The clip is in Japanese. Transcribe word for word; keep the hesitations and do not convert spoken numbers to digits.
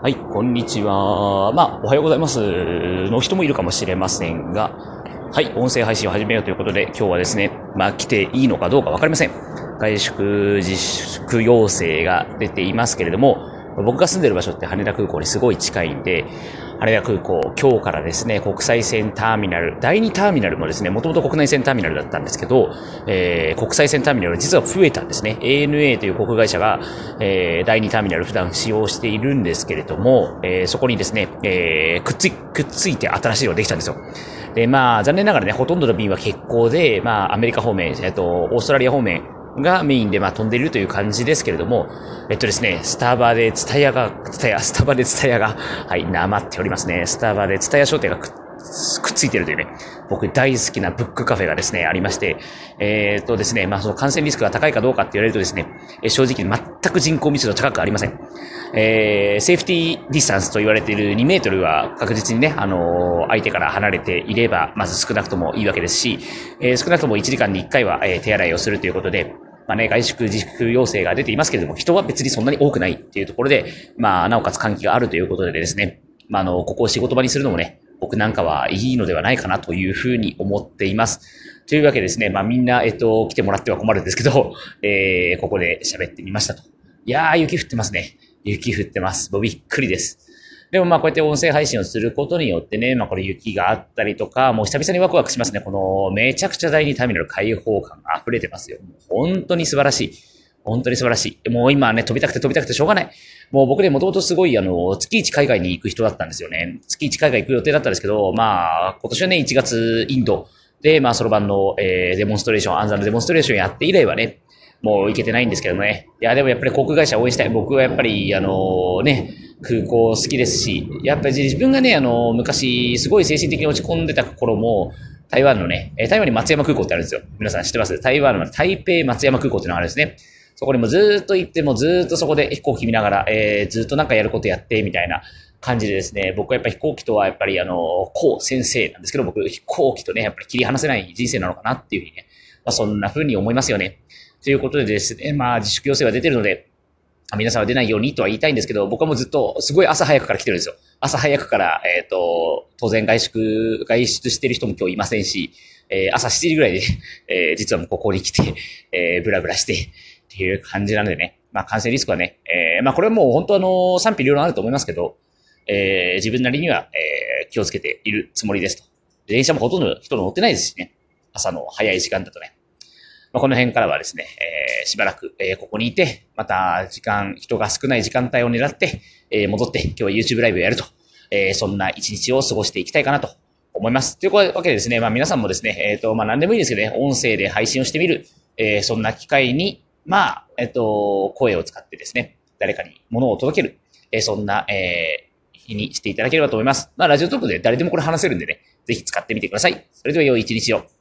はい、こんにちは。まあ、おはようございますの人もいるかもしれませんが、はい、音声配信を始めようということで、今日はですね、まあ、来ていいのかどうかわかりません。外出自粛要請が出ていますけれども、僕が住んでる場所って羽田空港にすごい近いんで、羽田空港、今日からですね、国際線ターミナル、だいにターミナルもですね、もともと国内線ターミナルだったんですけど、えー、国際線ターミナル実は増えたんですね。エーエヌエー という航空会社が、えー、だいにターミナル普段使用しているんですけれども、えー、そこにですね、えー、くっつい、くっついて新しいのができたんですよ。で、まあ、残念ながらね、ほとんどの便は欠航で、まあ、アメリカ方面、えっと、オーストラリア方面、がメインでまあ飛んでいるという感じですけれども、えっとですね、スタバでツタヤが、ツタヤ、スタバでツタヤが、はい、なまっておりますね。スタバでツタヤ商店がくっくっついてるというね、僕大好きなブックカフェがですね、ありまして、えー、っとですね、まあその感染リスクが高いかどうかって言われるとですね、正直全く人口密度高くありません。えー、セーフティーディスタンスと言われているにメートルは確実にね、あのー、相手から離れていれば、まず少なくともいいわけですし、えー、少なくともいちじかんにいっかいは、えー、手洗いをするということで、まあね、外出自粛要請が出ていますけれども、人は別にそんなに多くないっていうところで、まあ、なおかつ換気があるということでですね、まあ、あの、ここを仕事場にするのもね、僕なんかはいいのではないかなというふうに思っています。というわけでですね、まあみんな、えっと、来てもらっては困るんですけど、えー、ここで喋ってみましたと。いやー、雪降ってますね。雪降ってます。もうびっくりです。でもまあこうやって音声配信をすることによってね、まあこれ雪があったりとか、もう久々にワクワクしますね。このめちゃくちゃ第二ターミナル開放感が溢れてますよ。本当に素晴らしい。本当に素晴らしい。もう今ね、飛びたくて飛びたくてしょうがない。もう僕ね、もともとすごいあの、月いち海外に行く人だったんですよね。月いち海外行く予定だったんですけど、まあ、今年はね、いちがつインドで、まあ、そろばんの、えー、デモンストレーション、暗算のデモンストレーションやって以来はね、もう行けてないんですけどね。いや、でもやっぱり航空会社応援したい。僕はやっぱり、あのね、空港好きですし、やっぱり自分がね、あの、昔、すごい精神的に落ち込んでた頃も、台湾のね、台湾に松山空港ってあるんですよ。皆さん知ってます？台湾の台北松山空港っていうのがあるんですね。そこにもずっと行って、もずっとそこで飛行機見ながら、えー、ずっとなんかやることやって、みたいな感じでですね、僕はやっぱり飛行機とはやっぱりあの、こう先生なんですけど、僕飛行機とね、やっぱり切り離せない人生なのかなっていうふうにね、まあそんな風に思いますよね。ということでですね、まあ自粛要請が出てるので、皆さんは出ないようにとは言いたいんですけど、僕はもうずっとすごい朝早くから来てるんですよ。朝早くから、えっと、当然外出、外出してる人も今日いませんし、えー、朝しちじぐらいで、えー、実はもうここに来て、えー、ブラブラして、っていう感じなのでね。まあ感染リスクはね、えー、まあこれはもう本当あの、賛否両論あると思いますけど、えー、自分なりには、えー、気をつけているつもりですと。電車もほとんど人乗ってないですしね。朝の早い時間だとね。まあ、この辺からはですね、えー、しばらく、えー、ここにいて、また時間、人が少ない時間帯を狙って、えー、戻って今日は YouTube ライブをやると、えー、そんな一日を過ごしていきたいかなと思います。というわけでですね、まあ皆さんもですね、えっと、まあ何でもいいですけどね、音声で配信をしてみる、えー、そんな機会に、まあ、えっと、声を使ってですね、誰かに物を届ける、えー、そんな、えー、日にしていただければと思います。まあラジオトークで誰でもこれ話せるんでね、ぜひ使ってみてください。それでは良い一日を。